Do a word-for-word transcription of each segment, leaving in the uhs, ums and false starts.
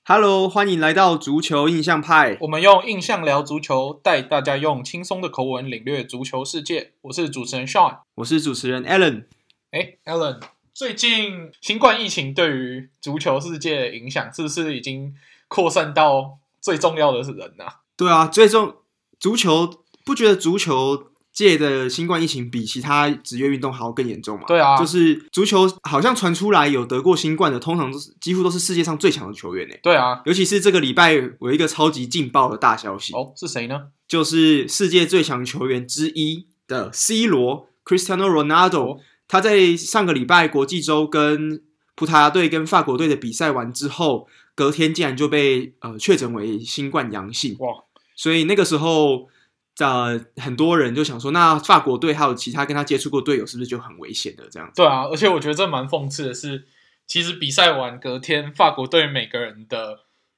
Hello，欢迎来到足球印象派。 我们用印象聊足球，带大家用轻松的口吻领略足球世界。我是主持人 Sean， 我是主持人 Alan。 哎 ，Alan， 最近新冠疫情对于足球世界的影响，是不是已经扩散到最重要的人啊？ 对啊，最重足球不觉得足球界的新冠疫情比其他职业运动还要更严重吗？ 对啊， 就是足球好像传出来有得过新冠的，通常都是几乎都是世界上最强的球员诶。 对啊， 尤其是这个礼拜有一个超级劲爆的大消息哦，是谁呢？ 就是世界最强球员之一的 C 罗 Cristiano Ronaldo，、哦、他在上个礼拜国际周跟葡萄牙队跟法国队的比赛完之后，隔天竟然就被呃确诊为新冠阳性。 哇！ 所以那个时候。呃，很多人就想说，那法国队还有其他跟他接触过队友，是不是就很危险的这样子？ 对啊，而且我觉得这蛮讽刺的是，其实比赛完隔天，法国队每个人的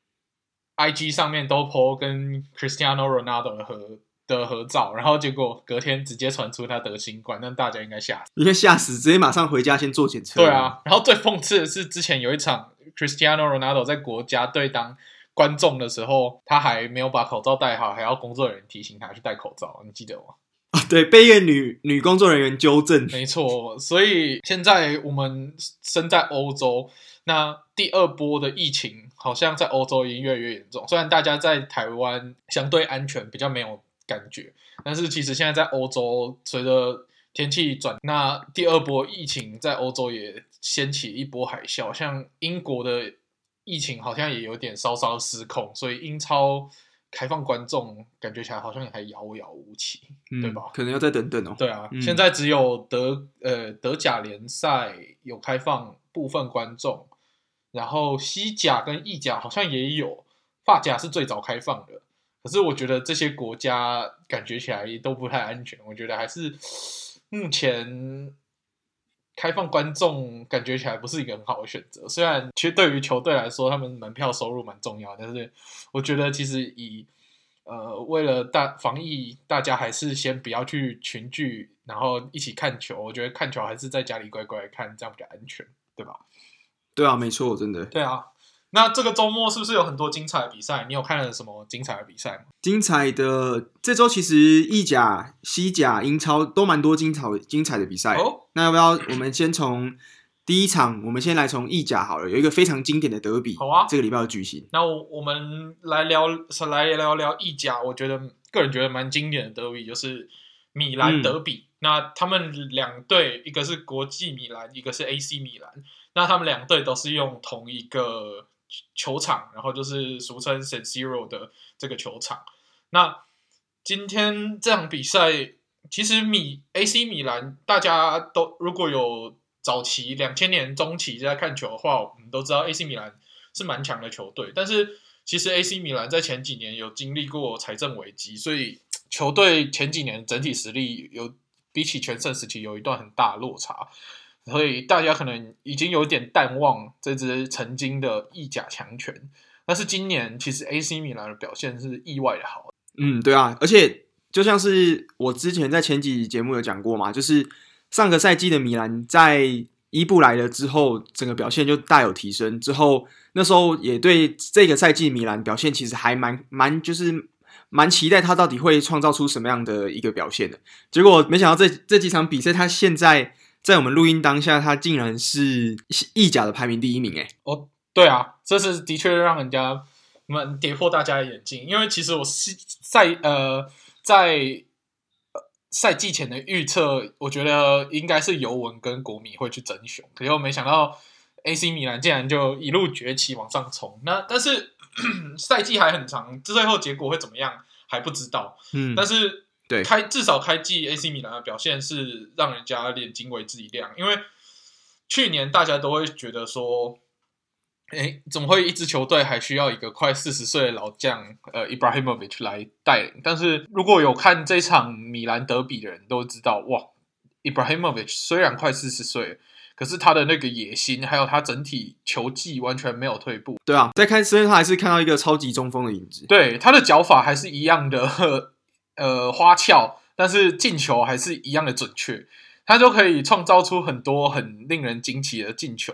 I G 上面都 po 跟 Cristiano Ronaldo 的合的合照，然后结果隔天直接传出他得新冠，那大家应该吓死， 应该吓死，直接马上回家先做检测。 对啊，然后最讽刺的是，之前有一场 Cristiano Ronaldo 在国家队当观众的时候，他还没有把口罩戴好，还要工作人员提醒他去戴口罩，你记得吗？ 啊，对，被一个女女工作人员纠正。 没错，所以现在我们身在欧洲，那第二波的疫情好像在欧洲已经越来越严重。虽然大家在台湾相对安全，比较没有感觉，但是其实现在在欧洲，随着天气转，那第二波疫情在欧洲也掀起一波海啸，像英国的疫情好像也有点稍稍失控，所以英超开放观众感觉起来好像还遥遥无期，嗯、对吧？ 可能要再等等哦。 对啊， 嗯、 现在只有德呃德甲联赛有开放部分观众，然后西甲跟意甲好像也有，法甲是最早开放的。可是我觉得这些国家感觉起来都不太安全，我觉得还是目前开放观众感觉起来不是一个很好的选择。虽然其实对于球队来说，他们门票收入蛮重要，但是我觉得其实以呃为了大防疫，大家还是先不要去群聚，然后一起看球。我觉得看球还是在家里乖乖看，这样比较安全，对吧？ 对啊，没错，真的。 对啊。那这个周末是不是有很多精彩的比赛？你有看了什么精彩的比赛吗？ 精彩的这周其实意甲、西甲、英超都蛮多精彩精彩的比赛。哦，那要不要我们先从第一场，我们先来从意甲好了，有一个非常经典的德比， 好啊， 这个礼拜要举行。 那我们来聊来聊聊意甲，我觉得个人觉得蛮经典的德比就是米兰德比。嗯、那他们两队，一个是国际米兰，一个是 A C 米兰。那他们两队都是用同一个球场，然后就是俗称 San Siro 的这个球场。那今天这场比赛，其实米 A C 米兰，大家都如果有早期两千年中期在看球的话，我们都知道 A C 米兰是蛮强的球队。但是其实 A C 米兰在前几年有经历过财政危机，所以球队前几年整体实力有比起全盛时期有一段很大的落差。所以大家可能已经有点淡忘这支曾经的意甲强权，但是今年其实 A C 米兰的表现是意外的好。 嗯，对啊，而且就像是我之前在前几集节目有讲过嘛，就是上个赛季的米兰在伊布来了之后，整个表现就大有提升。之后那时候也对这个赛季米兰表现其实还蛮蛮就是蛮期待他到底会创造出什么样的一个表现的。结果没想到这这几场比赛，他现在。在我们录音当下，他竟然是意甲的排名第一名诶！ 哦，对啊，这是的确让人家蛮跌破大家的眼镜，因为其实我赛呃在赛季前的预测，我觉得应该是尤文跟国米会去争雄，可是我没想到 A C 米兰竟然就一路崛起往上冲。那但是赛季还很长，最后结果会怎么样还不知道。嗯，但是。 对， 开至少开季 A C 米兰的表现是让人家眼睛为之一亮，因为去年大家都会觉得说，哎，怎么会一支球队还需要一个快四十岁的老将呃 Ibrahimovic 来带领？但是如果有看这场米兰德比的人都知道，哇 ，Ibrahimovic 虽然快四十岁，可是他的那个野心还有他整体球技完全没有退步。 对啊，在看身上还是看到一个超级中锋的影子。 对，他的脚法还是一样的。呵呃，花俏，但是进球还是一样的准确，他就可以创造出很多很令人惊奇的进球。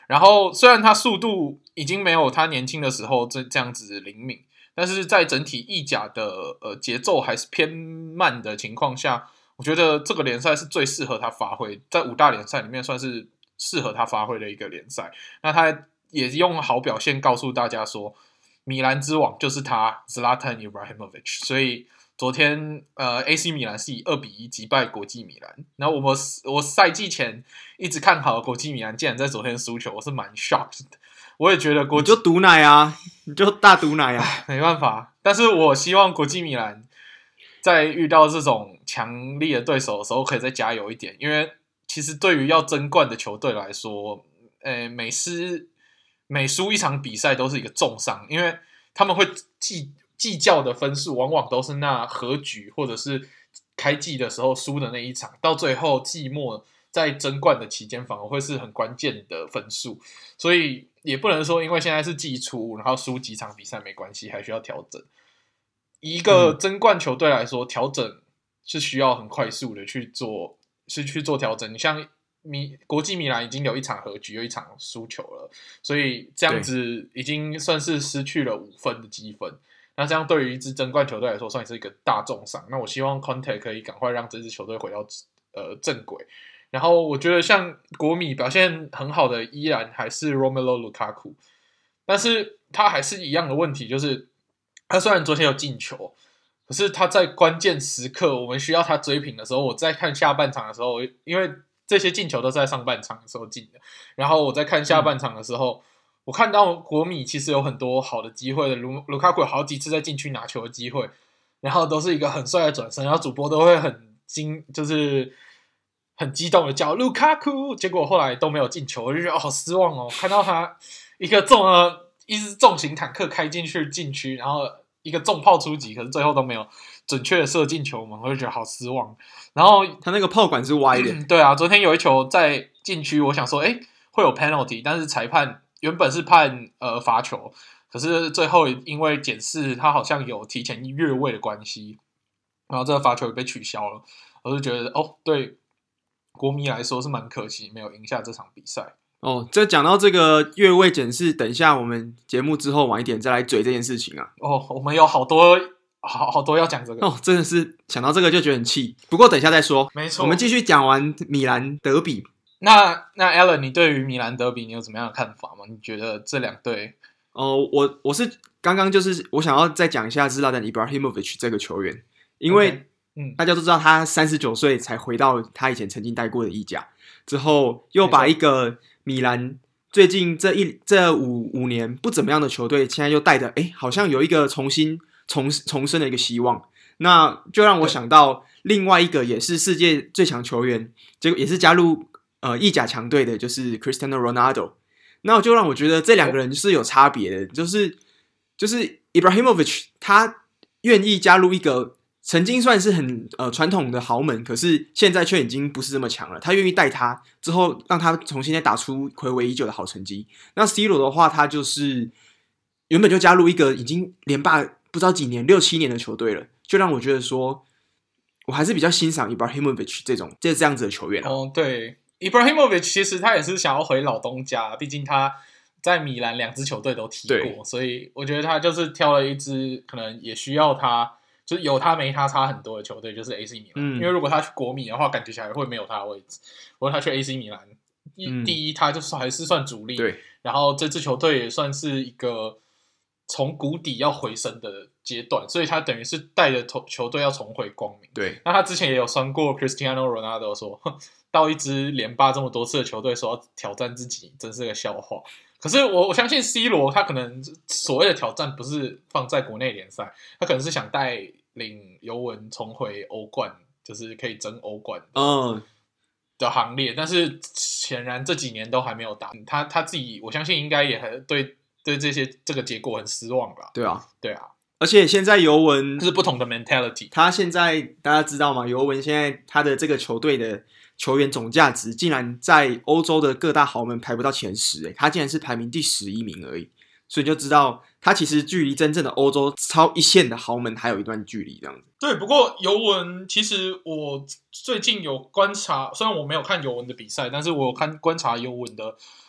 然后虽然他速度已经没有他年轻的时候这这样子灵敏，但是在整体意甲的呃节奏还是偏慢的情况下，我觉得这个联赛是最适合他发挥，在五大联赛里面算是适合他发挥的一个联赛。那他也用好表现告诉大家说，米兰之王就是他 Zlatan Ibrahimovic。所以昨天呃 A C 米兰是以二比一击败国际米兰。然后我我赛季前一直看好国际米兰，竟然在昨天输球，我是蛮 shocked 的。我也觉得国际你就毒奶啊，你就大毒奶啊， 没办法。但是我希望国际米兰在遇到这种强力的对手的时候，可以再加油一点，因为其实对于要争冠的球队来说，呃，每失每输一场比赛都是一个重伤，因为他们会计计较的分数往往都是那和局或者是开季的时候输的那一场，到最后季末在争冠的期间反而会是很关键的分数，所以也不能说因为现在是季初，然后输几场比赛没关系，还需要调整。以一个争冠球队来说，调整是需要很快速的去做，是去做调整。你像米国际米兰已经有一场和局，有一场输球了，所以这样子已经算是失去了五分的积分。那这样对于一支争冠球队来说，算是一个大重伤。那我希望 Conte 可以赶快让这支球队回到呃正轨。然后我觉得像国米表现很好的依然还是 Romelu Lukaku， 但是他还是一样的问题，就是他虽然昨天有进球，可是他在关键时刻我们需要他追平的时候，我在看下半场的时候，因为这些进球都是在上半场的时候进的，然后我在看下半场的时候、嗯、我看到国米其实有很多好的机会的，卢卢卡库有好几次在禁区拿球的机会，然后都是一个很帅的转身，然后主播都会很惊，就是很激动的叫卢卡库，结果后来都没有进球，我就觉得、哦、好失望哦，看到他一个重了一支重型坦克开进去禁区，然后一个重炮出击，可是最后都没有准确的射进球门，我就觉得好失望。然后他那个炮管是歪的、 嗯、对啊，昨天有一球在禁区，我想说诶会有 penalty， 但是裁判原本是判呃罚球，可是最后因为检视他好像有提前越位的关系，然后这个罚球也被取消了，我就觉得哦，对国米来说是蛮可惜，没有赢下这场比赛。 哦，这讲到这个越位检视，等一下我们节目之后晚一点再来嘴这件事情啊。 哦，我们有好多好好多要讲这个。 哦，真的是想到这个就觉得很气。不过等一下再说。 没错， 我们继续讲完米兰德比。 那那 Alan， 你对于米兰德比你有怎么样的看法吗？你觉得这两队？ 哦，我我是刚刚就是我想要再讲一下Zlatan Ibrahimovic 这个球员，因为、okay, 嗯，大家都知道他三十九岁才回到他以前曾经带过的意甲，之后又把一个米兰最近这一这五五年不怎么样的球队，现在又带着哎，好像有一个重新重重生的一个希望。那就让我想到另外一个也是世界最强球员，结果也是加入呃意甲强队的，就是 Cristiano Ronaldo。那就让我觉得这两个人是有差别的，就是就是 Ibrahimovic 他愿意加入一个曾经算是很呃传统的豪门，可是现在却已经不是这么强了。他愿意带他之后，让他重新再打出睽违已久的好成绩。那 C 罗的话，他就是原本就加入一个已经连霸不知道几年六七年的球队了，就让我觉得说，我还是比较欣赏 Ibrahimovic 这种这这样子的球员、啊。 哦，对 ，Ibrahimovic 其实他也是想要回老东家，毕竟他在米兰两支球队都踢过，所以我觉得他就是挑了一支可能也需要他。就是有他没他差很多的球队，就是 A C 米兰、嗯。因为如果他去国米的话，感觉起来会没有他的位置。不过他去 A C 米兰，嗯、第一他就是还是算主力， 对。 然后这支球队也算是一个从谷底要回升的阶段，所以他等于是带着球队要重回光明。 对。 那他之前也有酸过 Cristiano Ronaldo 说，到一支连霸这么多次的球队说要挑战自己，真是个笑话。可是我我相信 C 罗他可能所谓的挑战不是放在国内联赛，他可能是想带领尤文重回欧冠，就是可以争欧冠的行列、嗯、但是显然这几年都还没有打，他他自己我相信应该也很对对这些这个结果很失望吧。 对啊对啊， 而且现在尤文是不同的 mentality， 他现在大家知道吗？尤文现在他的这个球队的球员总价值竟然在欧洲的各大豪门排不到前十、欸、他竟然是排名第十一名而已，所以就知道他其实距离真正的欧洲超一线的豪门还有一段距离这样子。 对，不过尤文其实我最近有观察，虽然我没有看尤文的比赛，但是我有看观察尤文的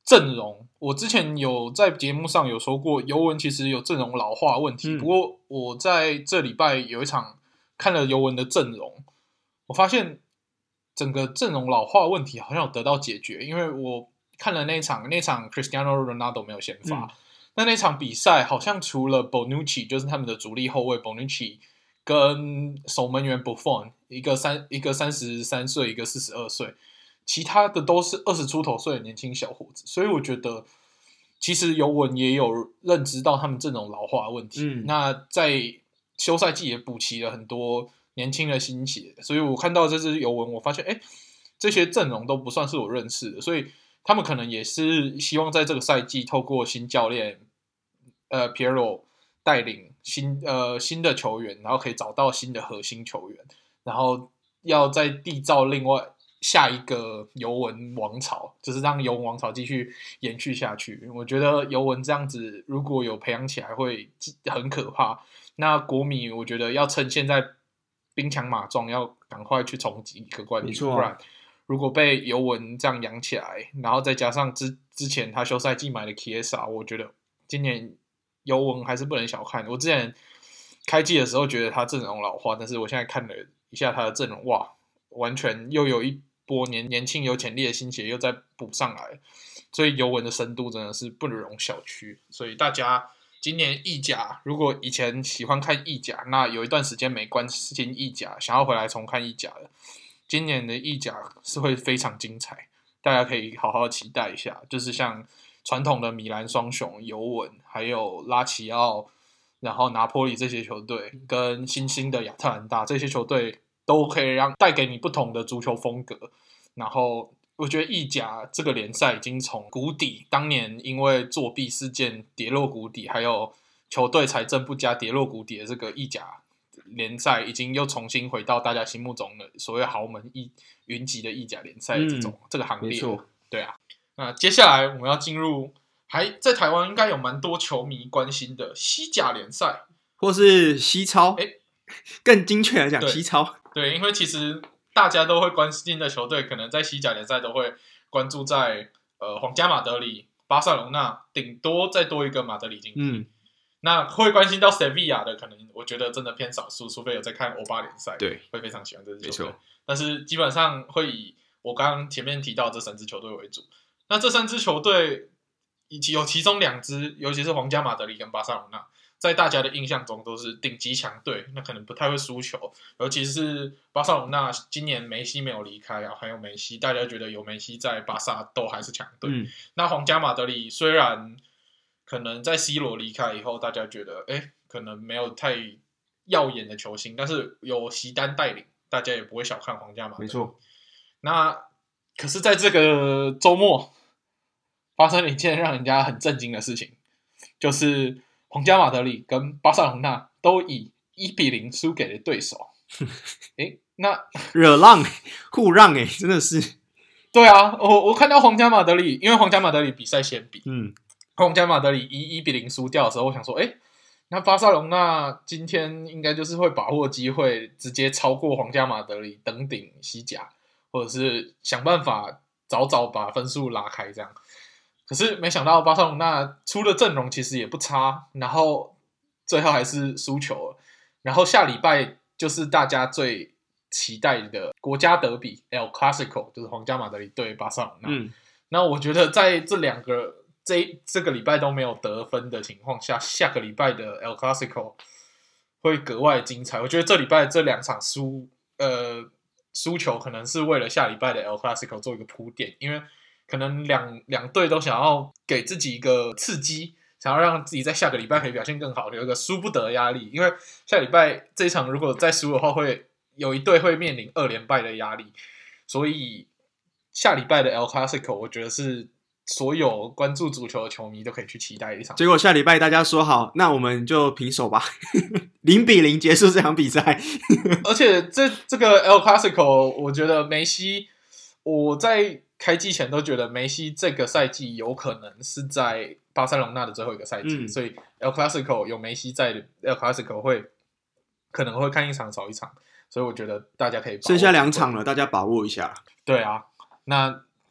阵容，我之前有在节目上有说过，尤文其实有阵容老化问题。嗯、不过我在这礼拜有一场看了尤文的阵容，我发现整个阵容老化问题好像有得到解决。因为我看了那场，那场 Cristiano Ronaldo 没有先发，嗯、那那场比赛好像除了 Bonucci 就是他们的主力后卫 Bonucci 跟守门员 Buffon， 一个三一个三十三岁，一个四十二岁。其他的都是二十出头岁的年轻小伙子，所以我觉得其实尤文也有认知到他们阵容老化的问题。嗯、那在休赛季也补齐了很多年轻的新血，所以我看到这支尤文，我发现哎，这些阵容都不算是我认识的，所以他们可能也是希望在这个赛季透过新教练呃 Piero 带领新呃新的球员，然后可以找到新的核心球员，然后要再缔造另外下一个尤文王朝，就是让尤文王朝继续延续下去。我觉得尤文这样子如果有培养起来会很可怕。那国米我觉得要趁现在兵强马壮，要赶快去冲击一个冠军，啊、不然如果被尤文这样养起来，然后再加上之之前他休赛季买的 Chiesa， 我觉得今年尤文还是不能小看。我之前开季的时候觉得他阵容老化，但是我现在看了一下他的阵容，哇，完全又有一波年年轻有潜力的新血又再补上来，所以尤文的深度真的是不容小觑。所以大家今年意甲，如果以前喜欢看意甲，那有一段时间没关心意甲，想要回来重看意甲的，今年的意甲是会非常精彩，大家可以好好期待一下。就是像传统的米兰双雄尤文，还有拉齐奥，然后拿坡里这些球队，跟新兴的亚特兰大这些球队，都可以让带给你不同的足球风格。然后我觉得意甲这个联赛已经从谷底，当年因为作弊事件跌落谷底，还有球队财政不佳跌落谷底的这个意甲联赛，已经又重新回到大家心目中的所谓豪门一云集的意甲联赛这种、嗯、这个行列。没错，对啊。那接下来我们要进入还在台湾应该有蛮多球迷关心的西甲联赛， 或是西超，哎，更精确来讲西超。 对，因为其实大家都会关心的球队，可能在西甲联赛都会关注在呃皇家马德里、巴塞隆纳，顶多再多一个马德里竞技。嗯，那会关心到 Sevilla 的，可能我觉得真的偏少数，除非有在看欧巴联赛， 对， 会非常喜欢这支球队。但是基本上会以我刚刚前面提到这三支球队为主。那这三支球队，以及有其中两支，尤其是皇家马德里跟巴塞隆纳，在大家的印象中都是顶级强队，那可能不太会输球。尤其是巴塞隆纳今年梅西没有离开啊，还有梅西，大家觉得有梅西在巴萨都还是强队。嗯、那皇家马德里虽然可能在 C 罗离开以后，大家觉得哎，可能没有太耀眼的球星，但是有席丹带领，大家也不会小看皇家马德里。 没错。 那可是在这个周末发生了一件让人家很震惊的事情，就是皇家马德里跟巴塞隆纳都以一比零输给了对手。诶，那惹让互让诶，真的是。 对啊，我我看到皇家马德里，因为皇家马德里比赛先比， 嗯， 皇家马德里以一比零输掉的时候，我想说，诶，那巴塞隆纳今天应该就是会把握机会，直接超过皇家马德里，登顶西甲，或者是想办法早早把分数拉开这样。可是没想到巴塞隆纳出的阵容其实也不差，然后最后还是输球了。然后下礼拜就是大家最期待的国家德比 El Clasico， 就是皇家马德里对巴塞隆纳。嗯，那我觉得在这两个这这个礼拜都没有得分的情况下，下个礼拜的 El Clasico 会格外精彩。我觉得这礼拜这两场输呃输球可能是为了下礼拜的 El Clasico 做一个铺垫，因为可能两两队都想要给自己一个刺激，想要让自己在下个礼拜可以表现更好，有一个输不得的压力。因为下礼拜这一场如果再输的话，会有一队会面临二连败的压力，所以下礼拜的 El Clasico 我觉得是所有关注足球的球迷都可以去期待一场。 结果下礼拜大家说好，那我们就平手吧，零比零结束这场比赛。 而且这这个 El Clasico 我觉得梅西，我在开季前都觉得梅西这个赛季有可能是在巴塞隆纳的最后一个赛季，嗯、所以 El Clasico 有梅西在 El Clasico 会可能会看一场少一场，所以我觉得大家可以把握剩下两场了，大家把握一下。 对啊，那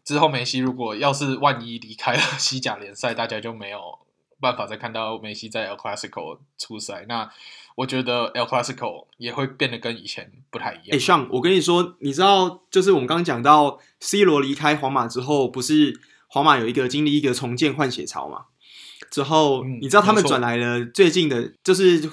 之后梅西如果要是万一离开了西甲联赛，大家就没有办法再看到梅西在 El Clasico 出赛。那我觉得 El Clasico 也会变得跟以前不太一样。 哎、欸，像我跟你说，你知道，就是我们刚刚讲到 C 罗离开皇马之后，不是皇马有一个经历一个重建换血潮嘛？之后、嗯、你知道他们转来了最近的，就是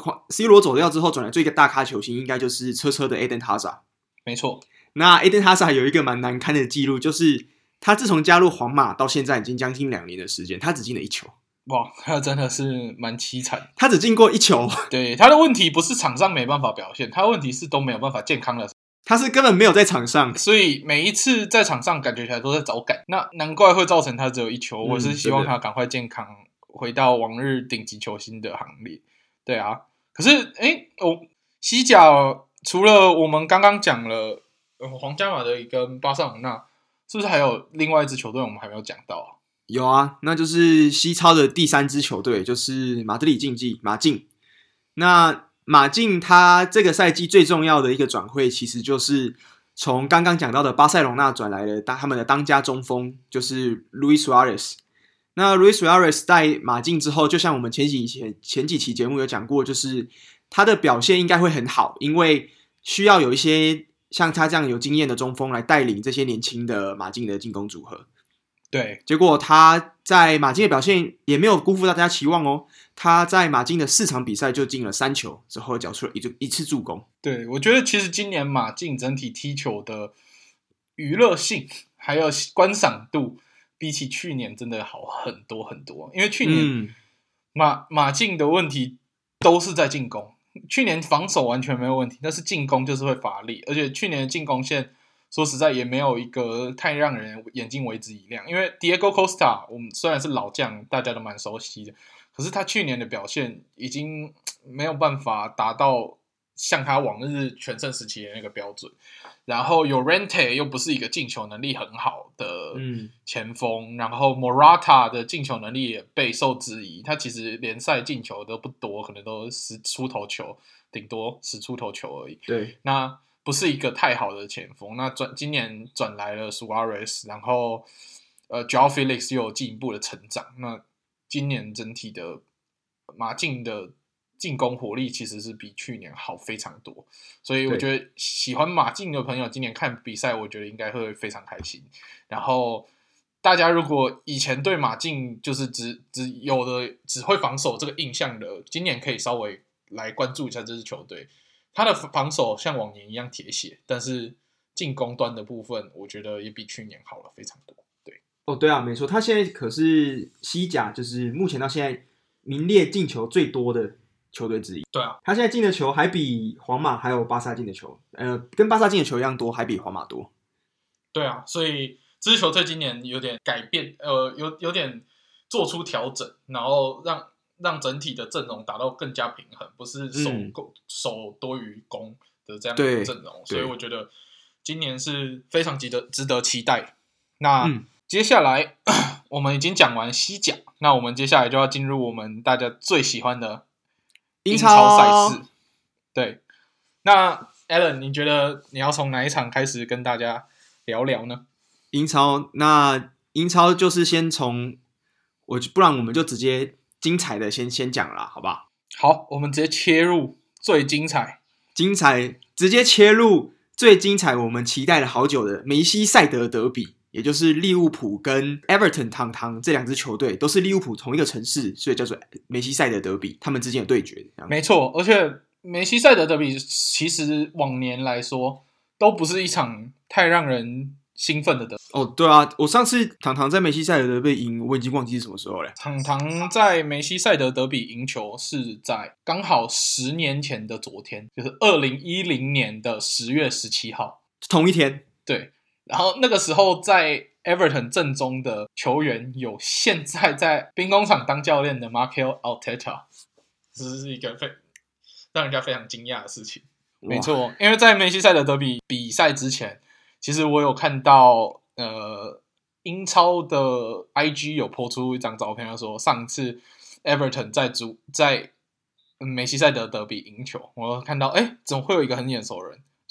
C 罗走掉之后转来最大咖球星，应该就是车车的 Eden Hazard。 没错， 那 Eden Hazard 有一个蛮难堪的记录，就是他自从加入皇马到现在已经将近两年的时间，他只进了一球。 哇，他真的是蛮凄惨。 他只进过一球。 对，他的问题不是场上没办法表现，他的问题是都没有办法健康的。 他是根本没有在场上， 所以每一次在场上感觉起来都在找感。那难怪会造成他只有一球。嗯、我是希望他赶快健康，回到往日顶级球星的行列。对啊，可是哎，哦，西甲除了我们刚刚讲了、呃、皇家马德里跟巴塞隆纳，是不是还有另外一支球队我们还没有讲到啊？ 有啊，那就是西超的第三支球队，就是马德里竞技马竞。那马竞他这个赛季最重要的一个转会，其实就是从刚刚讲到的巴塞隆纳转来了他们的当家中锋，就是 Luis Suarez。那 Luis Suarez 在马竞之后，就像我们前几前前几期节目有讲过，就是他的表现应该会很好，因为需要有一些像他这样有经验的中锋来带领这些年轻的马竞的进攻组合。 对， 结果他在马竞的表现也没有辜负大家期望哦。他在马竞的四场比赛就进了三球，之后缴出了 一, 一次助攻。 对，我觉得其实今年马竞整体踢球的娱乐性还有观赏度，比起去年真的好很多很多。因为去年马、嗯、马竞的问题都是在进攻，去年防守完全没有问题，但是进攻就是会乏力，而且去年的进攻线。说实在也没有一个太让人眼睛为之一亮，因为 Diego Costa 我们虽然是老将，大家都蛮熟悉的，可是他去年的表现已经没有办法达到像他往日全盛时期的那个标准。然后有 Llorente 又不是一个进球能力很好的前锋，嗯、然后 Morata 的进球能力也备受质疑，他其实联赛进球都不多，可能都十出头球，顶多十出头球而已。 对， 那不是一个太好的前锋，那转今年转来了 Suarez， 然后呃 Joao Felix 又有进一步的成长，那今年整体的马竞的进攻火力其实是比去年好非常多，所以我觉得喜欢马竞的朋友今年看比赛，我觉得应该会非常开心。然后大家如果以前对马竞就是只只有的只会防守这个印象的，今年可以稍微来关注一下这支球队。他的防守像往年一样铁血，但是进攻端的部分，我觉得也比去年好了非常多。对， 哦，对啊，没错，他现在可是西甲，就是目前到现在名列进球最多的球队之一。 对啊， 他现在进的球还比皇马还有巴萨进的球，呃，跟巴萨进的球一样多，还比皇马多。 对啊，所以这支球队今年有点改变，呃，有有点做出调整，然后让。让整体的阵容达到更加平衡，不是守、嗯、守多于攻的这样的阵容，所以我觉得今年是非常值得值得期待。那、嗯、接下来我们已经讲完西甲，那我们接下来就要进入我们大家最喜欢的英超赛事。对，那 Alan， 你觉得你要从哪一场开始跟大家聊聊呢？ 英超，那英超就是先从我，不然我们就直接。精彩的先先讲了，好不好？ 好，我们直接切入最精彩， 精彩直接切入最精彩，我们期待了好久的梅西赛德德比，也就是利物浦跟 Everton 堂堂这两支球队都是利物浦同一个城市，所以叫做梅西赛德德比，他们之间的对决。 没错，而且梅西赛德德比其实往年来说都不是一场太让人兴奋的得哦，对啊，我上次堂堂在梅西赛德德比赢，我已经忘记是什么时候了。 堂堂在梅西赛德德比赢球是在刚好十年前的昨天，就是二零一零年的十月十七号， 同一天。 对，然后那个时候在 Everton 阵中的球员有现在在兵工厂当教练的 Mikel Arteta， 这是一个非让人家非常惊讶的事情。没错，因为在梅西赛德德比比赛之前。其实我有看到，呃，英超的 I G 有 po 出一张照片，他说上次 Everton 在主在梅西赛德德比赢球，我看到，哎，怎么会有一个很眼熟的人？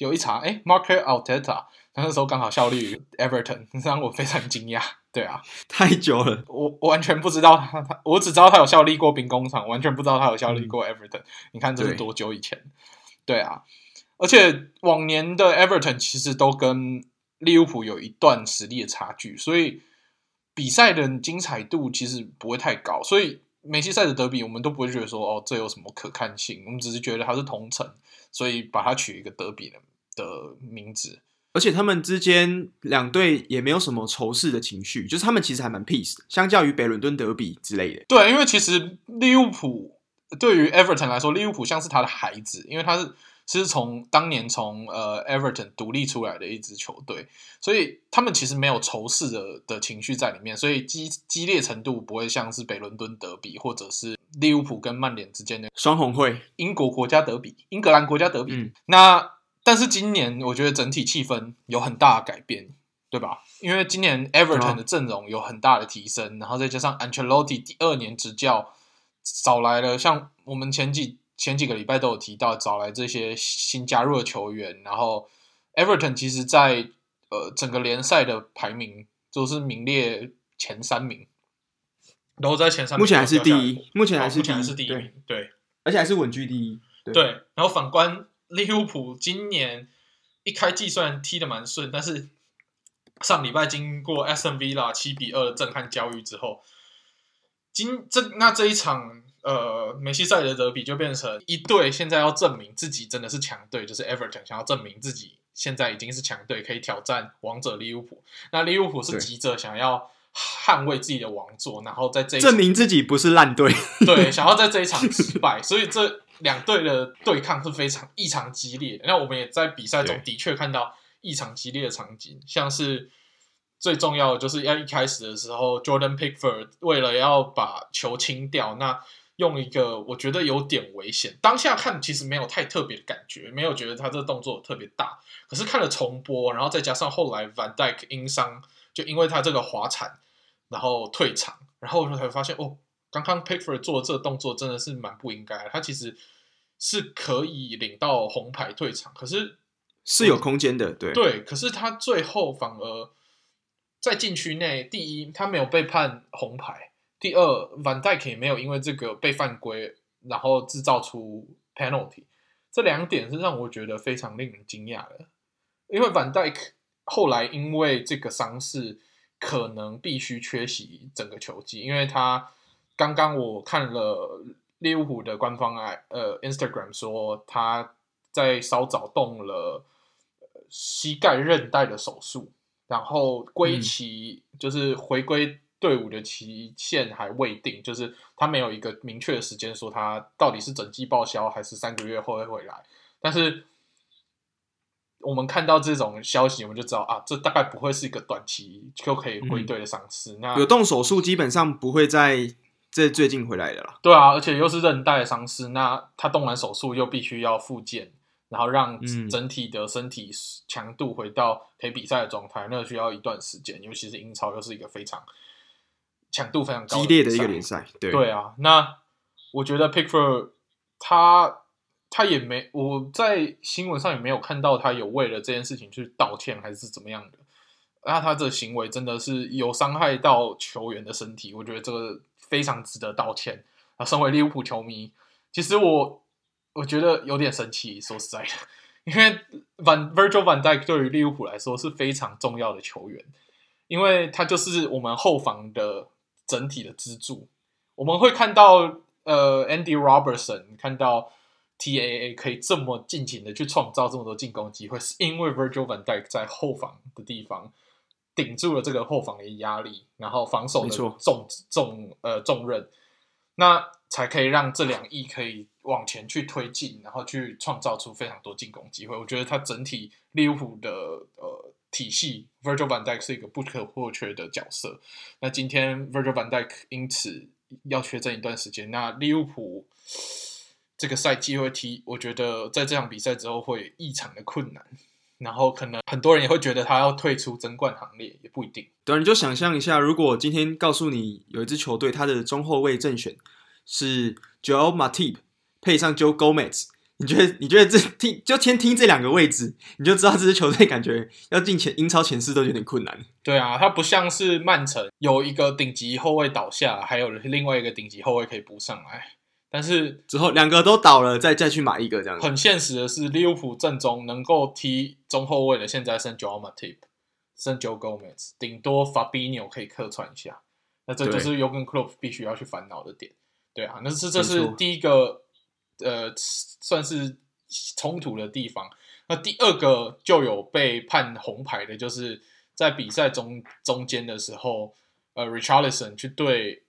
有一查，哎 ，Mikel Arteta， 他那时候刚好效力于 Everton， 让我非常惊讶。对啊， 太久了， 我我完全不知道他，他我只知道他有效力过兵工厂，完全不知道他有效力过 Everton、嗯。你看这是多久以前？对啊，而且往年的 Everton 其实都跟利物浦有一段实力的差距，所以比赛的精彩度其实不会太高，所以梅西赛的德比我们都不会觉得说哦这有什么可看性，我们只是觉得它是同城，所以把它取一个德比的的名字。 而且他们之间两队也没有什么仇视的情绪，就是他们其实还蛮 peace 的，相较于北伦敦德比之类的。 对，因为其实利物浦对于 Everton 来说，利物浦像是他的孩子，因为他是是从当年从呃 Everton 独立出来的一支球队，所以他们其实没有仇视的的情绪在里面，所以激激烈程度不会像是北伦敦德比或者是利物浦跟曼联之间的双红会、 英国国家德比、英格兰国家德比。 嗯、 那但是今年我觉得整体气氛有很大的改变，对吧？因为今年 Everton 的阵容有很大的提升，然后再加上 Ancelotti 第二年执教，找来了像我们前几前几个礼拜都有提到，找来这些新加入的球员，然后 Everton 其实在呃整个联赛的排名都是名列前三名，都在前三名， 目前还是第一，目前还是第一， 哦、是第一名， 对, 对， 而且还是稳居第一，对。 对，然后反观利物浦今年一开季虽然踢得蛮顺，但是上礼拜经过 Aston Villa 七比二的震撼教育之后，今这那这一场呃梅西赛的德比就变成一队现在要证明自己真的是强队，就是 Everton 想要证明自己现在已经是强队，可以挑战王者利物浦。那利物浦是急着想要捍卫自己的王座，然后在这一场证明自己不是烂队， 对，想要在这一场失败，所以这两队的对抗是非常异常激烈的。那我们也在比赛中的确看到异常激烈的场景，像是最重要的就是要一开始的时候 ，Jordan Pickford 为了要把球清掉，那用一个我觉得有点危险，当下看其实没有太特别的感觉，没有觉得他这个动作特别大，可是看了重播，然后再加上后来 Van Dijk 因伤，就因为他这个滑铲，然后退场，然后我才发现哦。刚刚 Pickford 做的这个动作真的是蛮不应该的，他其实是可以领到红牌退场，可是是有空间的，对对，可是他最后反而在禁区内，第一他没有被判红牌，第二 Van Dijk 也没有因为这个被犯规，然后制造出 penalty， 这两点是让我觉得非常令人惊讶的，因为 Van Dijk 后来因为这个伤势可能必须缺席整个球季，因为他刚刚我看了利物浦的官方呃 Instagram 说他在稍早动了膝盖韧带的手术，然后归期、嗯、就是回归队伍的期限还未定，就是他没有一个明确的时间说他到底是整季报销还是三个月后会回来，但是我们看到这种消息我们就知道啊，这大概不会是一个短期就可以归队的伤势、嗯、那有动手术基本上不会在这最近回来的啦。 对啊，而且又是韧带的伤势，那他动完手术又必须要复健，然后让整体的身体强度回到可以比赛的状态，那需要一段时间，尤其是英超又是一个非常强度非常高的激烈的一个联赛。对对啊，那我觉得 Pickford 他他也没我在新闻上也没有看到他有为了这件事情去道歉还是怎么样的，那他这行为真的是有伤害到球员的身体，我觉得这个非常值得道歉。啊，身为利物浦球迷，其实我我觉得有点生气，说实在的，因为 Van, Virgil van Dijk 对于利物浦来说是非常重要的球员，因为他就是我们后防的整体的支柱。我们会看到呃 Andy Robertson 看到 T A A 可以这么尽情的去创造这么多进攻机会，是因为 Virgil van Dijk 在后防的地方顶住了这个后防的压力，然后防守的重重呃重任，那才可以让这两翼可以往前去推进，然后去创造出非常多进攻机会。我觉得他整体利物浦的呃体系 ，Virgil van Dijk 是一个不可或缺的角色。那今天 Virgil van Dijk 因此要缺阵一段时间，那利物浦这个赛季会踢，我觉得在这场比赛之后会异常的困难。然后可能很多人也会觉得他要退出争冠行列，也不一定。 对，你就想象一下，如果今天告诉你有一支球队，他的中后卫正选是 Joel Matip 配上 Joe Gomez， 你觉得你觉得这听就先听这两个位置，你就知道这支球队感觉要进前英超前四都有点困难。 对啊，它不像是曼城有一个顶级后卫倒下，还有另外一个顶级后卫可以补上来。但是之后两个都倒了，再再去买一个这样子。 很现实的是，利物浦阵中能够踢中后卫的，现在剩 Joao Matip， 剩 Joe Gomez， 顶多 Fabinho 可以客串一下。那这就是 Jurgen Klopp 必须要去烦恼的点。对啊，那是这是第一个呃，算是冲突的地方。那第二个就有被判红牌的，就是在比赛中中间的时候，呃 ，Richarlison 去对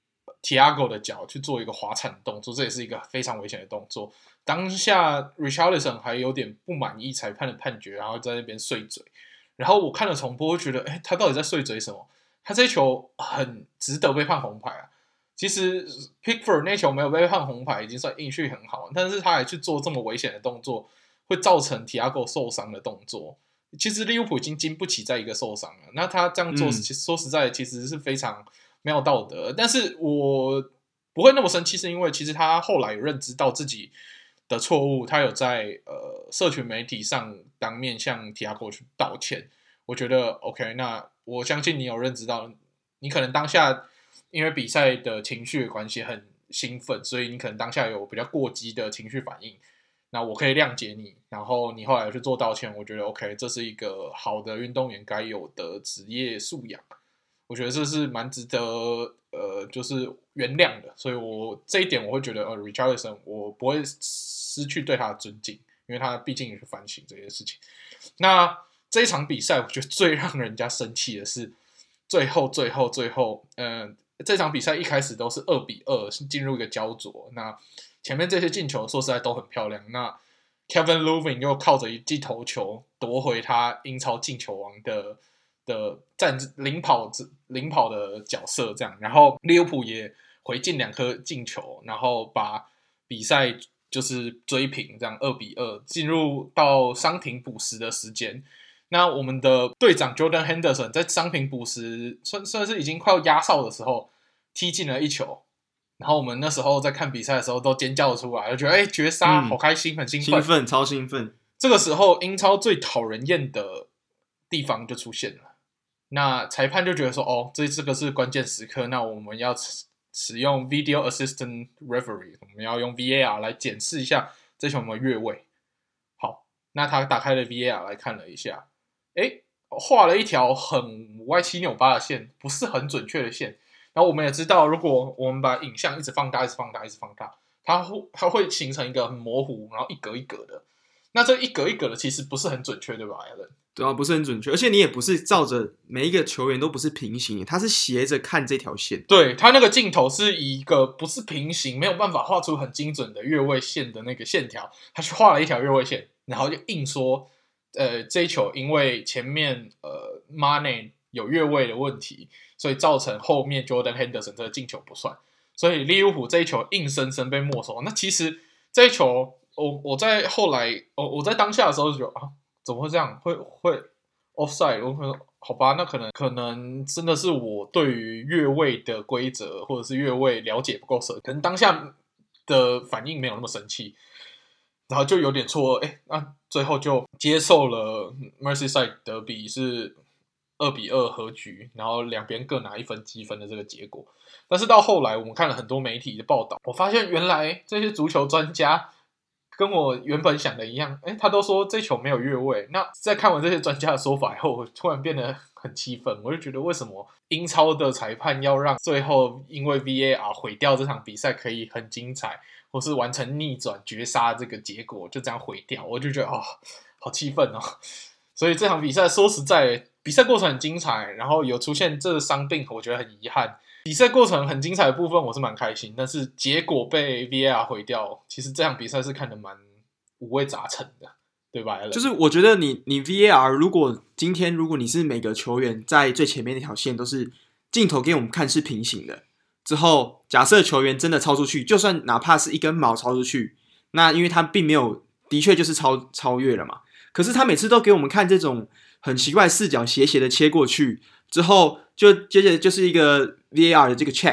Thiago 的脚去做一个滑铲动作，这也是一个非常危险的动作。当下 Richarlison 还有点不满意裁判的判决，然后在那边碎嘴。然后我看了重播，会觉得，哎，他到底在碎嘴什么？他这一球很值得被判红牌啊。其实 Pickford 那球没有被判红牌，已经算运气很好，但是他还去做这么危险的动作，会造成 Thiago 受伤的动作。其实利物浦已经经不起再一个受伤了，那他这样做，其实说实在，其实是非常没有道德。但是我不会那么生气，是因为其实他后来有认知到自己的错误，他有在呃社群媒体上当面向 Thiago 去道歉。我觉得 OK， 那我相信你有认知到，你可能当下因为比赛的情绪的关系很兴奋，所以你可能当下有比较过激的情绪反应。那我可以谅解你，然后你后来去做道歉，我觉得 OK， 这是一个好的运动员该有的职业素养，我觉得这是蛮值得呃，就是原谅的，所以我这一点我会觉得呃 ，Richarlison 我不会失去对他的尊敬，因为他毕竟也去反省这件事情。那这一场比赛，我觉得最让人家生气的是最后最后最后，呃，这场比赛一开始都是二比二，是进入一个焦灼，那前面这些进球说实在都很漂亮。那 Kevin Lewin 又靠着一记头球夺回他英超进球王的的战领跑领跑的角色，这样。然后利物浦也回进两颗进球，然后把比赛就是追平，这样二比二，进入到伤停补时的时间。那我们的队长 Jordan Henderson 在伤停补时算算是已经快要压哨的时候踢进了一球。然后我们那时候在看比赛的时候都尖叫出来，就觉得哎，绝杀，好开心，很兴奋， 兴奋，超兴奋。 这个时候，英超最讨人厌的地方就出现了。那裁判就觉得说，哦，这这个是关键时刻，那我们要使用 Video Assistant Referee， 我们要用 V A R 来检视一下这球有没有越位。好，那他打开了 V A R 来看了一下，哎，画了一条很歪七扭八的线，不是很准确的线。然后我们也知道，如果我们把影像一直放大、一直放大、一直放大，它会它会形成一个很模糊，然后一格一格的。那这一格一格的其实不是很准确，对吧 ，Alan？ 对啊，不是很准确，而且你也不是照着每一个球员都不是平行的，他是斜着看这条线。 对，他那个镜头是以一个不是平行，没有办法画出很精准的越位线的那个线条，他去画了一条越位线，然后就硬说，呃，这一球因为前面呃 Mane 有越位的问题，所以造成后面 Jordan Henderson 这个进球不算，所以利物浦这一球硬生生被没收。那其实这一球，我我在后来，我我在当下的时候就觉得啊，怎么会这样？会会 offside？ 我可能好吧，那可能可能真的是我对于越位的规则或者是越位了解不够深，可能当下的反应没有那么生气，然后就有点错愕，哎，那最后就接受了 Merseyside 德比是二比二和局，然后两边各拿一分积分的这个结果。但是到后来，我们看了很多媒体的报道，我发现原来这些足球专家跟我原本想的一样，诶，他都说这球没有越位。那在看完这些专家的说法以后，我突然变得很气愤，我就觉得为什么英超的裁判要让最后因为 V A R 毁掉这场比赛可以很精彩，或是完成逆转绝杀这个结果就这样毁掉，我就觉得哦，好气愤哦。所以这场比赛说实在，比赛过程很精彩，然后有出现这个伤病，我觉得很遗憾。比赛过程很精彩的部分，我是蛮开心，但是结果被 V A R 毁掉，其实这场比赛是看得蛮五味杂陈的，对吧？ 就是我觉得你你 V A R 如果今天如果你是每个球员在最前面那条线都是镜头给我们看是平行的，之后假设球员真的超出去，就算哪怕是一根毛超出去，那因为他并没有，的确就是超超越了嘛。可是他每次都给我们看这种很奇怪视角斜斜的切过去之后，就接着就是一个 V A R 的这个 check，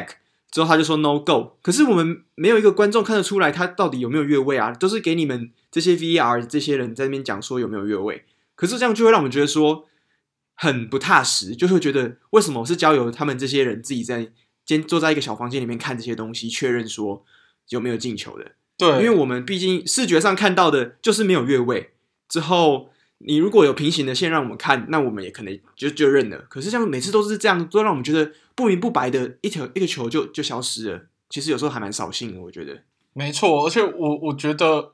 之后他就说 no go， 可是我们没有一个观众看得出来他到底有没有越位啊，都是给你们这些 V A R 这些人在那边讲说有没有越位，可是这样就会让我们觉得说很不踏实，就会觉得为什么是交由他们这些人自己在先坐在一个小房间里面看这些东西，确认说有没有进球的。 对， 因为我们毕竟视觉上看到的就是没有越位，之后你如果有平行的线让我们看，那我们也可能就就认了。可是这样每次都是这样，都让我们觉得不明不白的一条一个球就就消失了。其实有时候还蛮扫兴的，我觉得。 没错，而且我我觉得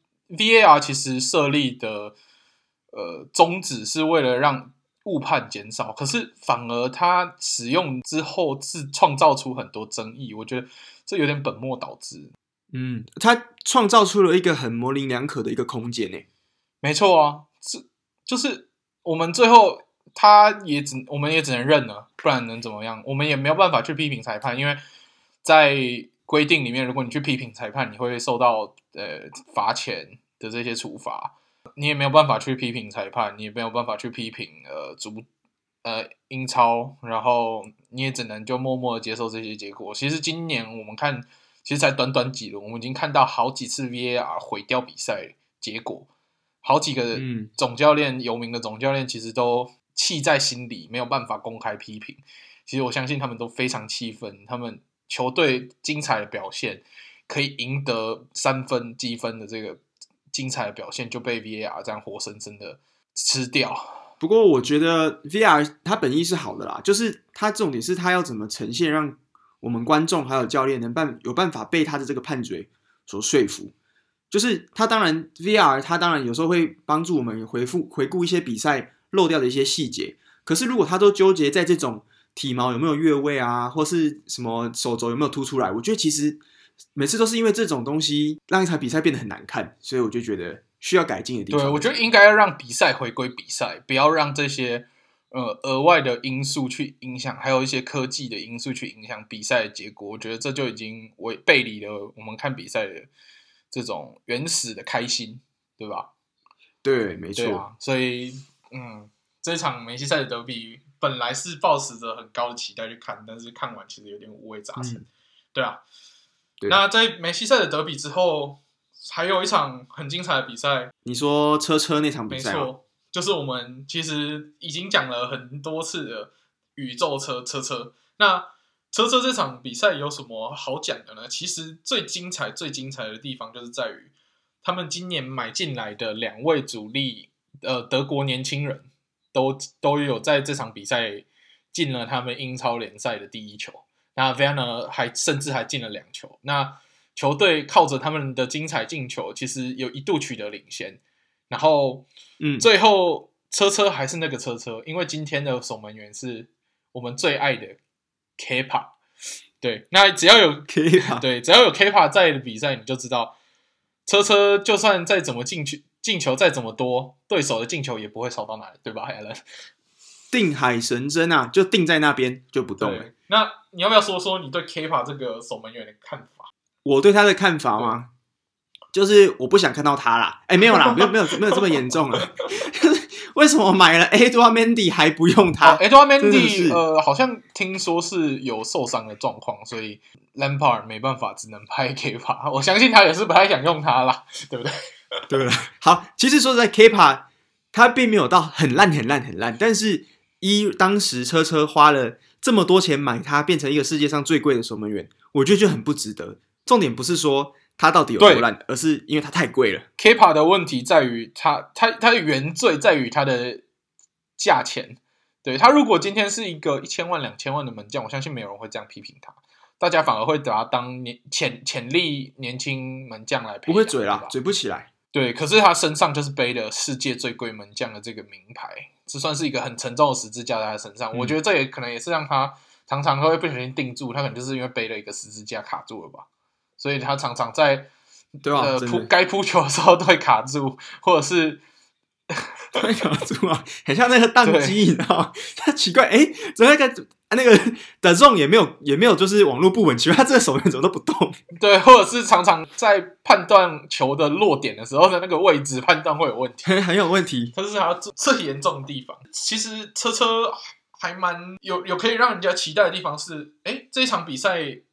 V A R 其实设立的呃宗旨是为了让误判减少，可是反而它使用之后是创造出很多争议，我觉得这有点本末倒置。 嗯，它创造出了一个很模棱两可的一个空间诶。 没错啊，是就是我们最后他也只我们也只能认了，不然能怎么样？我们也没有办法去批评裁判，因为在规定里面，如果你去批评裁判，你会受到呃罚钱的这些处罚。你也没有办法去批评裁判，你也没有办法去批评呃足呃英超，然后你也只能就默默的接受这些结果。其实今年我们看，其实才短短几轮，我们已经看到好几次 V A R 毁掉比赛结果，好几个总教练、嗯、有名的总教练其实都气在心里，没有办法公开批评。其实我相信他们都非常气愤，他们球队精彩的表现，可以赢得三分积分的这个精彩的表现就被 V A R 这样活生生的吃掉。 不过我觉得 V A R 它本意是好的啦，就是它重点是它要怎么呈现，让我们观众还有教练能办有办法被他的这个判决所说服。就是他当然 V A R 他当然有时候会帮助我们回复回顾一些比赛漏掉的一些细节，可是如果他都纠结在这种体毛有没有越位啊，或是什么手肘有没有凸出来，我觉得其实每次都是因为这种东西让一场比赛变得很难看，所以我就觉得需要改进的地方。 对，我觉得应该要让比赛回归比赛，不要让这些呃额外的因素去影响，还有一些科技的因素去影响比赛的结果。我觉得这就已经违背离了我们看比赛的这种原始的开心，对吧？ 对，没错。 啊、所以，嗯，这场梅西赛的德比本来是抱持着很高的期待去看，但是看完其实有点五味杂陈、嗯。对啊，对那在梅西赛的德比之后，还有一场很精彩的比赛。 你说车车那场比赛吗？ 没错，就是我们其实已经讲了很多次的宇宙车车车。那车车这场比赛有什么好讲的呢？其实最精彩、最精彩的地方就是在于，他们今年买进来的两位主力，呃，德国年轻人都都有在这场比赛进了他们英超联赛的第一球。那 Werner 还甚至还进了两球。那球队靠着他们的精彩进球，其实有一度取得领先。然后，嗯，最后车车还是那个车车，因为今天的守门员是我们最爱的 Kepa。对，那只要有 Kepa， 对，只要有 Kepa 在的比赛，你就知道车车就算再怎么进球，进球再怎么多，对手的进球也不会少到哪里，对吧 ，Alan？ 定海神针啊，就定在那边就不动了。 那你要不要说说你对 Kepa 这个守门员的看法？ 我对他的看法吗？就是我不想看到他啦。哎、欸，没有啦，没有没有没有这么严重了。为什么买了 Edouard Mendy 还不用他、 哦、？Edouard Mendy 呃，好像听说是有受伤的状况，所以 Lampard 没办法，只能拍 Kepa。我相信他也是不太想用他啦，对不对？ 对了，好，其实说实在 ，Kepa 他并没有到很烂很烂很烂，但是依当时车车花了这么多钱买他，变成一个世界上最贵的守门员，我觉得就很不值得。重点不是说他到底有多烂，而是因为他太贵了。 Kepa 的问题在于他，他他的原罪在于他的价钱。对，他如果今天是一个一千万、两千万的门将，我相信没有人会这样批评他，大家反而会把他当年潜潜力年轻门将来培养。 不会嘴啦，嘴不起来。 对，可是他身上就是背了世界最贵门将的这个名牌，这算是一个很沉重的十字架在他身上。嗯、我觉得这也可能也是让他常常会不小心定住，他可能就是因为背了一个十字架卡住了吧。所以他常常在对啊， 呃扑该扑球的时候都会卡住，或者是会卡住啊，很像那个宕机，你知道吗？他奇怪，哎，怎么那个那个的 zone 也没有也没有就是网络不稳，奇怪，他这个手怎么都不动？ 对，或者是常常在判断球的落点的时候的那个位置判断会有问题， 很很有问题。 这是他最严重的地方。其实车车还蛮有有可以让人家期待的地方是，哎，这一场比赛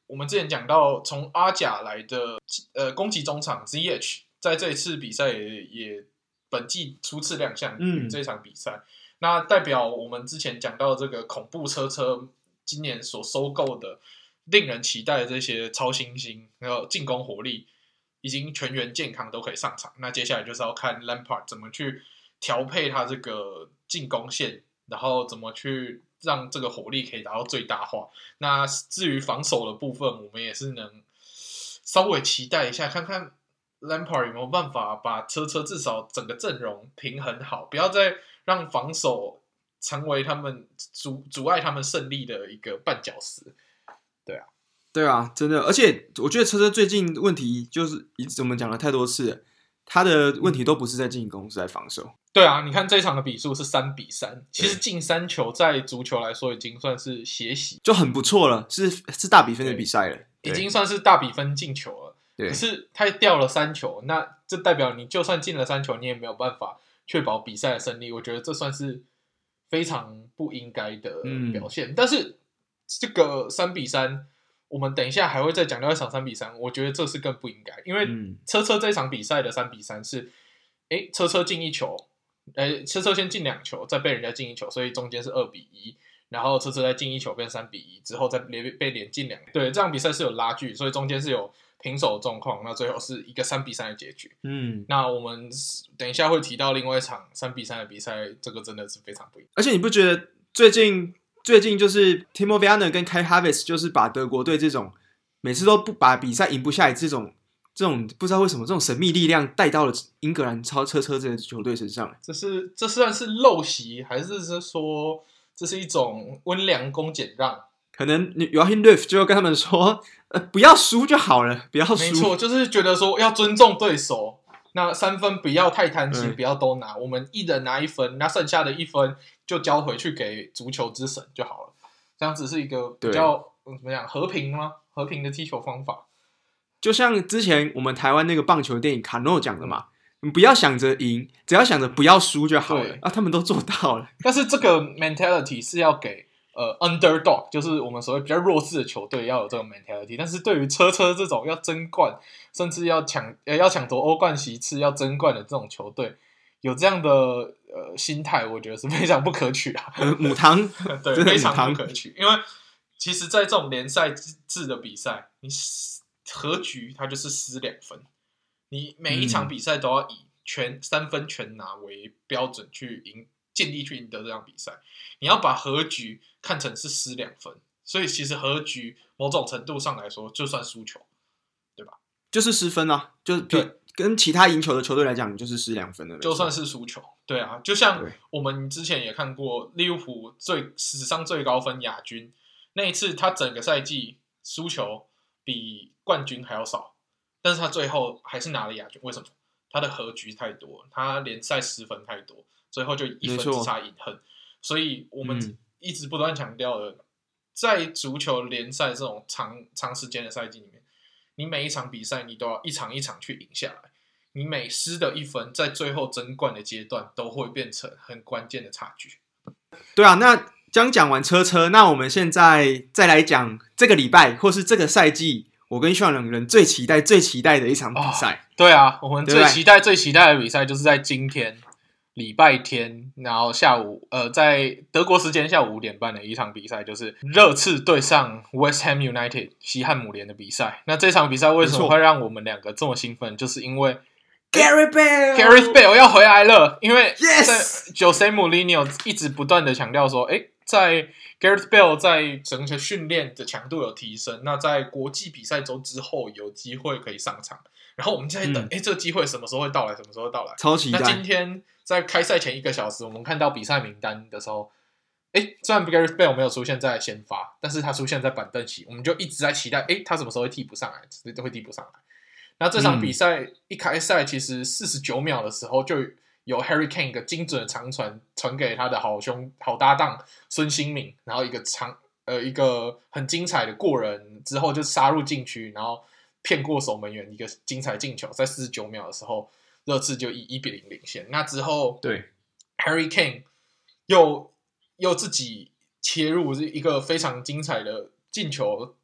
我们之前讲到从阿甲来的呃攻击中场 Z H， 在这一次比赛 也, 也本季初次亮相于这场比赛，嗯、那代表我们之前讲到这个恐怖车车今年所收购的令人期待的这些超新星，还有进攻火力已经全员健康都可以上场。那接下来就是要看 Lampard 怎么去调配他这个进攻线，然后怎么去让这个火力可以达到最大化。那至于防守的部分，我们也是能稍微期待一下，看看 Lampard 有没有办法把车车至少整个阵容平衡好，不要再让防守成为他们阻阻碍他们胜利的一个绊脚石。对啊， 对啊，真的，而且我觉得车车最近问题就是我们讲了太多次了，他的问题都不是在进攻，是在防守。 对啊，你看这一场的比数是三比三，其实进三球在足球来说已经算是血洗， 就很不错了，是是大比分的比赛了， 已经算是大比分进球了。可是他掉了三球，那这代表你就算进了三球，你也没有办法确保比赛的胜利。我觉得这算是非常不应该的表现。嗯、但是这个三比三，我们等一下还会再讲到一场三比三，我觉得这是更不应该，因为车车这场比赛的三比三是，哎，车车进一球。呃，车车先进两球，再被人家进一球，所以中间是二比一，然后车车再进一球变三比一，之后再被连进两，对，这场比赛是有拉锯，所以中间是有平手的状况，那最后是一个三比三的结局。嗯，那我们等一下会提到另外一场三比三的比赛，这个真的是非常不一样。 而且你不觉得最近最近就是 Timo Werner 跟 Kai Havertz 就是把德国队这种每次都不把比赛赢不下来这种。这种不知道为什么这种神秘力量带到了英格兰超车车这个球队身上， 这是这算是陋习，还是说这是一种温良恭俭让？ 可能 Joachim Löw 就跟他们说，呃，不要输就好了，不要输。 没错，就是觉得说要尊重对手，那三分不要太贪心，不要都拿，我们一人拿一分，那剩下的一分就交回去给足球之神就好了。这样子是一个比较怎么样和平吗？和平的踢球方法。 就像之前我们台湾那个棒球电影卡诺讲的嘛，你不要想着赢，只要想着不要输就好了啊，他们都做到了。 但是这个 mentality 是要给呃 underdog， 就是我们所谓比较弱势的球队要有这种 mentality。但是对于车车这种要争冠，甚至要抢呃要抢夺欧冠席次、要争冠的这种球队，有这样的呃心态，我觉得是非常不可取啊。 呃、母汤对，非常不可取，因为其实，在这种联赛制的比赛，你和局它就是失两分，你每一场比赛都要以全三分全拿为标准去赢，尽力去赢得这场比赛。你要把和局看成是失两分，所以其实和局某种程度上来说，就算输球，对吧？ 就是失分啊，就对，跟其他赢球的球队来讲，就是失两分了， 就算是输球。对啊，就像我们之前也看过利物浦最史上最高分亚军那一次，他整个赛季输球比冠军还要少，但是他最后还是拿了亚军。为什么？他的和局太多，他联赛失分太多，最后就一分之差饮恨。所以我们一直不断强调的，嗯、在足球联赛这种长长时间的赛季里面，你每一场比赛你都要一场一场去赢下来，你每失的一分，在最后争冠的阶段都会变成很关键的差距。 对啊，那刚讲完车车，那我们现在再来讲这个礼拜或是这个赛季，我跟Sean两人最期待、最期待的一场比赛。 哦、对啊，我们最期待、最期待的比赛就是在今天礼拜天，然后下午呃，在德国时间下午五点半的一场比赛，就是热刺对上 West Ham United 西汉姆联的比赛。那这场比赛为什么会让我们两个这么兴奋？就是因为 Gareth Bale，Gareth Bale 要回来了，因为在 Jose Mourinho 一直不断的强调说，哎。在 Gareth Bale 在整个训练的强度有提升，那在国际比赛周之后有机会可以上场，然后我们在等，哎、嗯，这个机会什么时候会到来？什么时候会到来？ 超期待！ 那今天在开赛前一个小时，我们看到比赛名单的时候，哎，虽然 Gareth Bale 没有出现在先发，但是他出现在板凳席，我们就一直在期待，哎，他什么时候会替补上来？都会替补上来。那这场比赛一开赛，其实四十九秒的时候就有 Harry Kane 一个精准的长传传给他的好兄好搭档孙兴慜，然后一个长呃一个很精彩的过人之后就杀入禁区，然后骗过守门员一个精彩进球，在四十九秒的时候，热刺就以一比零领先。那之后， 对 Harry Kane 又又自己切入一个非常精彩的进球，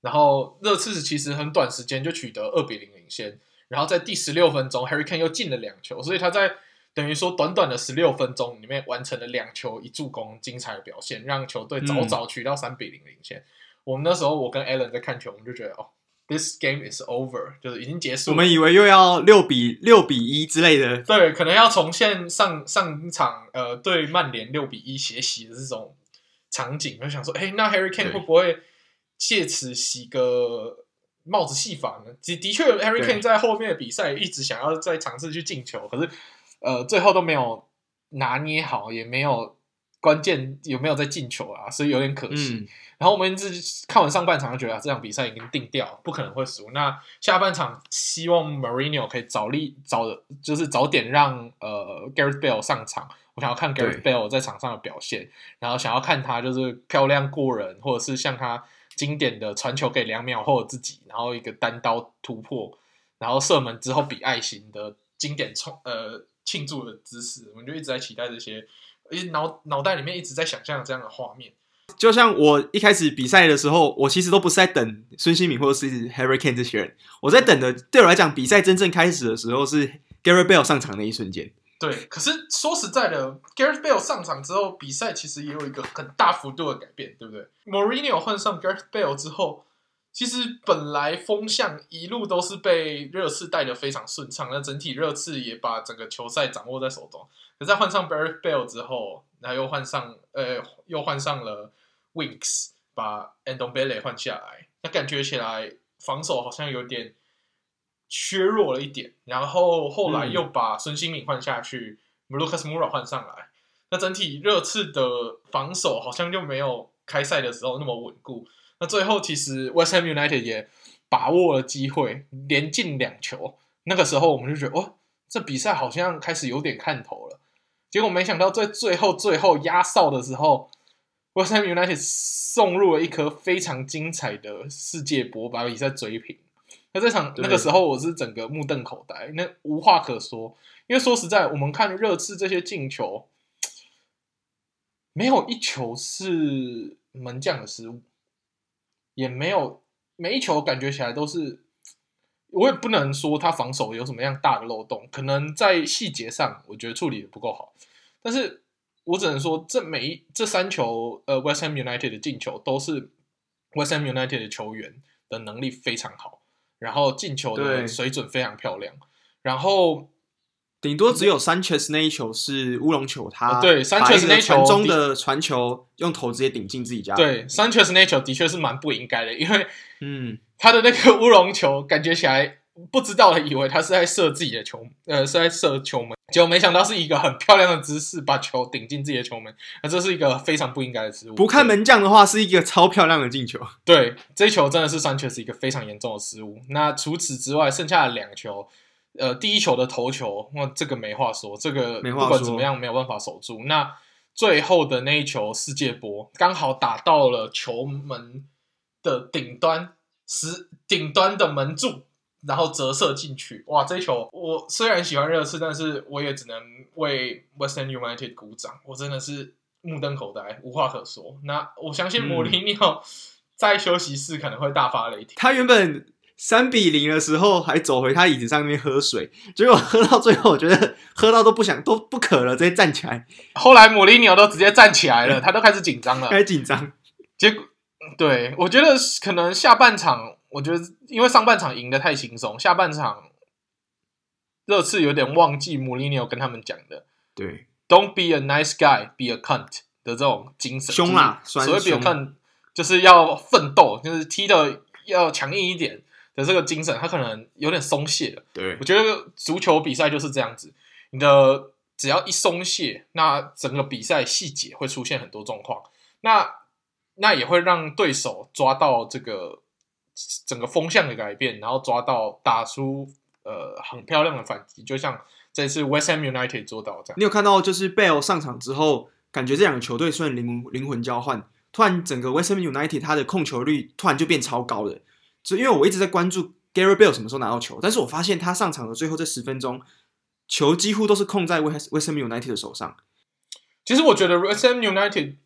然后热刺其实很短时间就取得二比零领先，然后在第十六分钟 Harry Kane 又进了两球，所以他在等于说短短的十六分钟里面完成了两球一助攻，精彩的表现，让球队早早取到三比零领先。嗯、我们那时候我跟 Alan 在看球，我们就觉得哦 ，this game is over， 就是已经结束了。 我们以为又要六比六比一之类的， 对，可能要重现上上一场呃对曼联六比一血洗的这种场景，就想说，哎，那 Harry Kane 会不会借此洗个帽子戏法呢？的的确 ，Harry Kane 在后面的比赛一直想要再尝试去进球，可是呃最后都没有拿捏好，也没有关键有没有在进球啊，所以有点可惜。嗯、然后我们一直看完上半场就觉得、啊、这场比赛已经定掉，不可能会输。那下半场希望 Mourinho 可以早力早就是早点让呃 Gareth Bale 上场。我想要看 Gareth Bale 在场上的表现，然后想要看他就是漂亮过人，或者是像他经典的传球给两秒后的自己，然后一个单刀突破，然后射门之后比爱心的经典冲呃庆祝的姿势，我们就一直在期待这些，脑脑袋里面一直在想象这样的画面。 就像我一开始比赛的时候，我其实都不是在等孙兴慜或者是 Harry Kane 这些人，我在等的，对我来讲，比赛真正开始的时候是 Gareth Bale 上场那一瞬间。 对，可是说实在的 ，Gareth Bale 上场之后，比赛其实也有一个很大幅度的改变，对不对 ？Mourinho 换上 Gareth Bale 之后，其实本来风向一路都是被热刺带得非常顺畅，那整体热刺也把整个球赛掌握在手中。可是在换上 Gareth Bale 之后，然后又换上呃，又换上了 Winks， 把 Ndombele 换下来，那感觉起来防守好像有点削弱了一点，然后后来又把孙兴慜换下去、嗯、Lucas Moura 换上来，那整体热刺的防守好像就没有开赛的时候那么稳固。那最后其实 West Ham United 也把握了机会，连进两球。那个时候我们就觉得，哦，这比赛好像开始有点看头了。结果没想到在最后最后压哨的时候 ，West Ham United 送入了一颗非常精彩的世界波，把比赛追平。那这场那个时候我是整个目瞪口呆，那无话可说。因为说实在，我们看热刺这些进球，没有一球是门将的失误，也没有每一球感觉起来都是，我也不能说他防守有什么样大的漏洞，可能在细节上我觉得处理的不够好，但是我只能说这每一这三球呃 West Ham United 的进球都是 West Ham United 的球员的能力非常好。然后进球的水准非常漂亮，然后顶多只有 Sanchez 那一球是乌龙球，他对 Sanchez 那一球传中的传球用头直接顶进自己家。 对 Sanchez 那一球的确是蛮不应该的，因为嗯， 他的那个乌龙球感觉起来不知道的以为他是在射自己的球，呃，是在射球门，结果没想到是一个很漂亮的姿势把球顶进自己的球门，那这是一个非常不应该的失误。 不看门将的话，是一个超漂亮的进球。 对，这一球真的是Sanchez一个非常严重的失误。那除此之外，剩下的两球，呃，第一球的头球，那这个没话说，这个不管怎么样没有办法守住。那最后的那一球世界波，刚好打到了球门的顶端，十顶端的门柱。然后折射进去，哇！这一球我虽然喜欢热刺，但是我也只能为 West Ham United 鼓掌，我真的是目瞪口呆，无话可说。那我相信莫里尼奥在休息室可能会大发雷霆。 他原本三比零的时候还走回他椅子上面喝水，结果喝到最后，我觉得喝到都不想都不渴了，直接站起来。 后来莫里尼奥都直接站起来了，他都开始紧张了， 开始紧张。 结果对我觉得可能下半场。我觉得，因为上半场赢得太轻松，下半场热刺有点忘记穆里尼奥跟他们讲的， 对 ，Don't be a nice guy, be a cunt 的这种精神， 凶啦， 所谓 be a cunt 就是要奋斗，就是踢的要强硬一点的这个精神，他可能有点松懈了。 对， 我觉得足球比赛就是这样子，你的只要一松懈，那整个比赛细节会出现很多状况，那那也会让对手抓到这个。整个风向的改变，然后抓到打出呃很漂亮的反击，就像这次 West Ham United 做到这样。 你有看到就是 Bale 上场之后，感觉这两个球队虽然灵灵魂交换，突然整个 West Ham United 他的控球率突然就变超高了。就因为我一直在关注 Gareth Bale 什么时候拿到球，但是我发现他上场的最后这十分钟，球几乎都是控在 West Ham United 的手上。 其实我觉得 West Ham United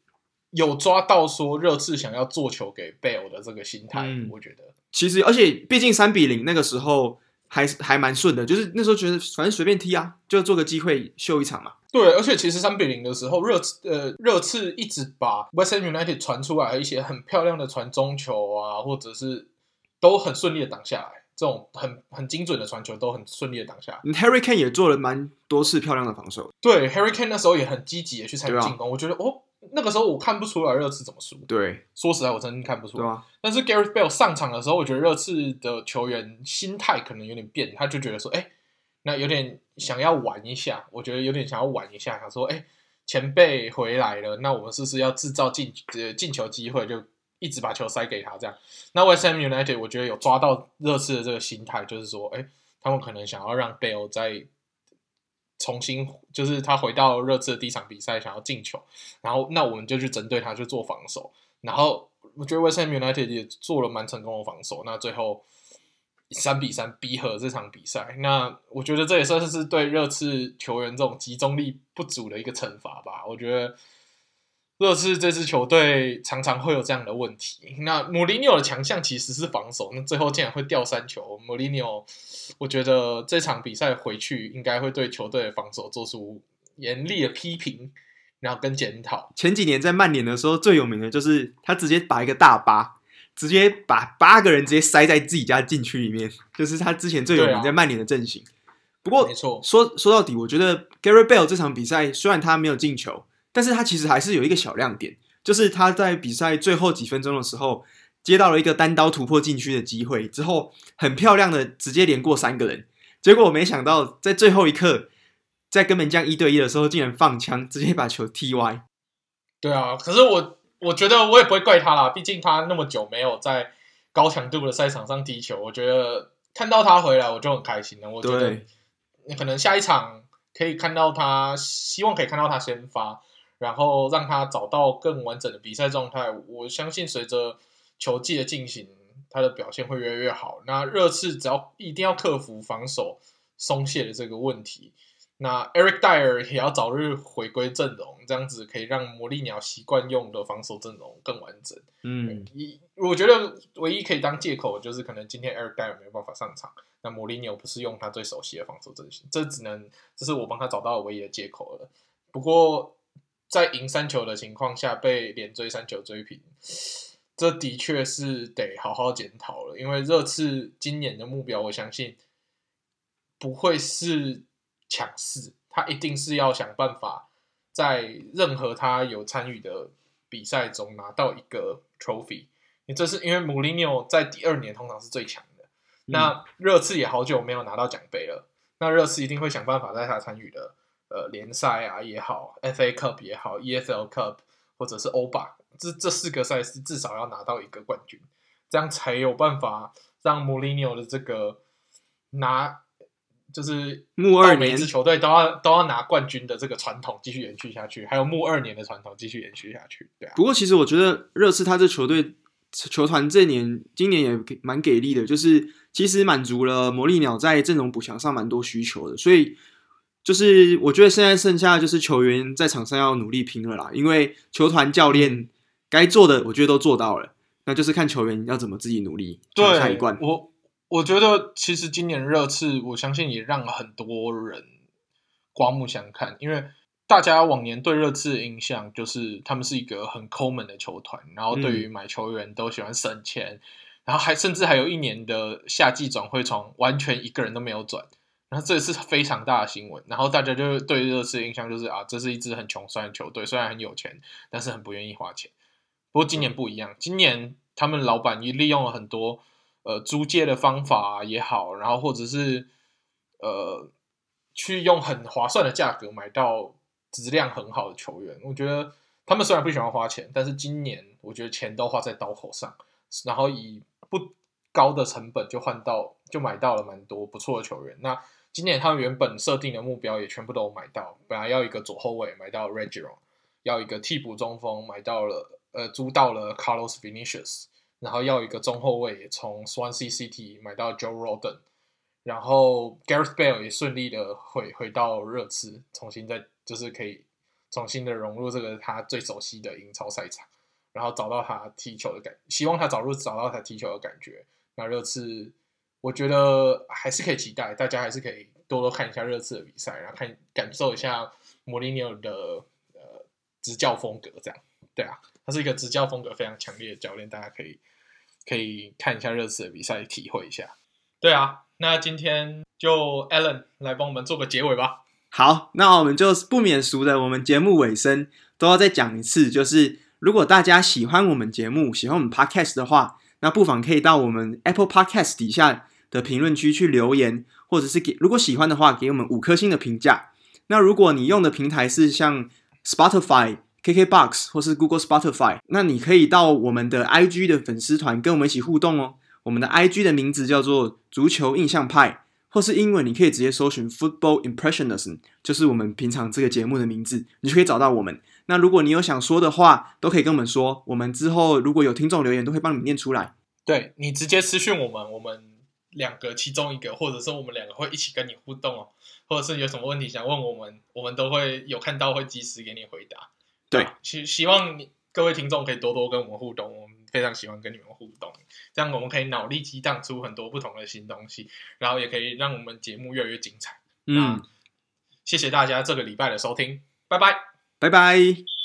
有抓到说热刺想要做球给贝尔的这个心态，嗯、我觉得其实而且毕竟三比零那个时候还还蛮顺的，就是那时候觉得反正随便踢啊，就做个机会秀一场嘛。 对，而且其实三比零的时候，热刺呃热刺一直把 West Ham United 传出来一些很漂亮的传中球啊，或者是都很顺利的挡下来，这种很很精准的传球都很顺利的挡下来。 Harry Kane 也做了蛮多次漂亮的防守。 对 ，Harry Kane 那时候也很积极的去参与进攻，啊、我觉得哦，那个时候我看不出来热刺怎么输。 对， 说实在我真的看不出来。 啊、 但是 Gareth Bale 上场的时候，我觉得热刺的球员心态可能有点变，他就觉得说，哎。那有点想要玩一下，我觉得有点想要玩一下，想说，哎，前辈回来了，那我们是不是要制造进呃进球机会，就一直把球塞给他这样？那 West Ham United 我觉得有抓到热刺的这个心态，就是说，哎，他们可能想要让贝尔再重新，就是他回到热刺的第一场比赛想要进球，然后那我们就去针对他去做防守，然后我觉得 West Ham United 也做了蛮成功的防守，那最后。三比三逼和这场比赛，那我觉得这也算是对热刺球员这种集中力不足的一个惩罚吧。我觉得热刺这支球队常常会有这样的问题。那穆里尼奥的强项其实是防守，那最后竟然会掉三球。穆里尼奥，我觉得这场比赛回去应该会对球队的防守做出严厉的批评，然后跟检讨。 前几年在曼联的时候最有名的就是他直接把一个大巴。直接把八个人直接塞在自己家禁区里面，就是他之前最有名在曼联的阵型。啊、不过说说到底，我觉得 Gareth Bale 这场比赛虽然他没有进球，但是他其实还是有一个小亮点，就是他在比赛最后几分钟的时候接到了一个单刀突破禁区的机会，之后很漂亮的直接连过三个人。结果我没想到在最后一刻，在跟门将一对一的时候，竟然放枪直接把球踢歪。 对啊，可是我。我觉得我也不会怪他啦，毕竟他那么久没有在高强度的赛场上踢球，我觉得看到他回来我就很开心了。我觉得可能下一场可以看到他，希望可以看到他先发，然后让他找到更完整的比赛状态。我相信随着球季的进行，他的表现会越来越好。那热刺只要一定要克服防守松懈的这个问题。那 Eric Dyer 也要早日回归阵容，这样子可以让魔力鸟习惯用的防守阵容更完整。 嗯， 我觉得唯一可以当借口就是可能今天 Eric Dyer 没有办法上场，那魔力鸟不是用他最熟悉的防守阵型，这只能这是我帮他找到的唯一的借口了。不过在赢三球的情况下被连追三球追平，这的确是得好好检讨了。因为热刺今年的目标，我相信不会是抢四，他一定是要想办法在任何他有参与的比赛中拿到一个 trophy。这是因为穆里尼奥在第二年通常是最强的，嗯、那热刺也好久没有拿到奖杯了，那热刺一定会想办法在他参与的呃联赛啊也好 ，F A Cup 也好 ，E F L Cup 或者是欧霸，这这四个赛事至少要拿到一个冠军，这样才有办法让穆里尼奥的这个拿。就是穆二年每支球队都要都要拿冠军的这个传统继续延续下去，还有穆二年的传统继续延续下去。对啊。 不过其实我觉得热刺他这球队球团这年今年也蛮给力的，就是其实满足了魔力鸟在阵容补强上蛮多需求的，所以就是我觉得现在剩下就是球员在场上要努力拼了啦，因为球团教练该做的我觉得都做到了，那就是看球员要怎么自己努力抢下一冠。 我我觉得其实今年热刺，我相信也让很多人刮目相看，因为大家往年对热刺的印象就是他们是一个很抠门的球团，然后对于买球员都喜欢省钱，嗯、然后还甚至还有一年的夏季转会窗完全一个人都没有转，然后这是非常大的新闻，然后大家就对热刺的印象就是啊，这是一支很穷酸的球队，虽然很有钱，但是很不愿意花钱。不过今年不一样，今年他们老板也利用了很多。呃，租借的方法也好，然后或者是呃，去用很划算的价格买到质量很好的球员。我觉得他们虽然不喜欢花钱，但是今年我觉得钱都花在刀口上，然后以不高的成本就换到就买到了蛮多不错的球员。那今年他们原本设定的目标也全部都买到，本来要一个左后卫买到 Reguilon， 要一个替补中锋买到了呃租到了 Carlos Vinicius。然后要一个中后卫，从 Swansea City 买到 Joe Rodon， 然后 Gareth Bale 也顺利的回回到热刺，重新再就是可以重新的融入这个他最熟悉的英超赛场，然后找到他踢球的感，希望他早日找到他踢球的感觉。那热刺，我觉得还是可以期待，大家还是可以多多看一下热刺的比赛，然后看感受一下莫里尼奥的呃执教风格，这样对啊，他是一个执教风格非常强烈的教练，大家可以可以看一下热刺的比赛，体会一下。对啊，那今天就 Alan 来帮我们做个结尾吧。 好，那我们就不免俗的，我们节目尾声都要再讲一次，就是如果大家喜欢我们节目，喜欢我们 Podcast 的话，那不妨可以到我们 Apple Podcast 底下的评论区去留言，或者是给如果喜欢的话，给我们五颗星的评价。那如果你用的平台是像 Spotify、K K B O X 或是 Google Spotify， 那你可以到我们的 I G 的粉丝团跟我们一起互动哦。我们的 I G 的名字叫做足球印象派，或是英文你可以直接搜寻 Football Impressionism， 就是我们平常这个节目的名字，你就可以找到我们。那如果你有想说的话，都可以跟我们说，我们之后如果有听众留言，都会帮你念出来。 对，你直接私讯我们，我们两个其中一个，或者是我们两个会一起跟你互动哦，或者是有什么问题想问我们，我们都会有看到，会及时给你回答。 对， 啊、希希望你各位听众可以多多跟我们互动，我们非常喜欢跟你们互动，这样我们可以脑力激荡出很多不同的新东西，然后也可以让我们节目越来越精彩。嗯，谢谢大家这个礼拜的收听，拜拜， 拜拜。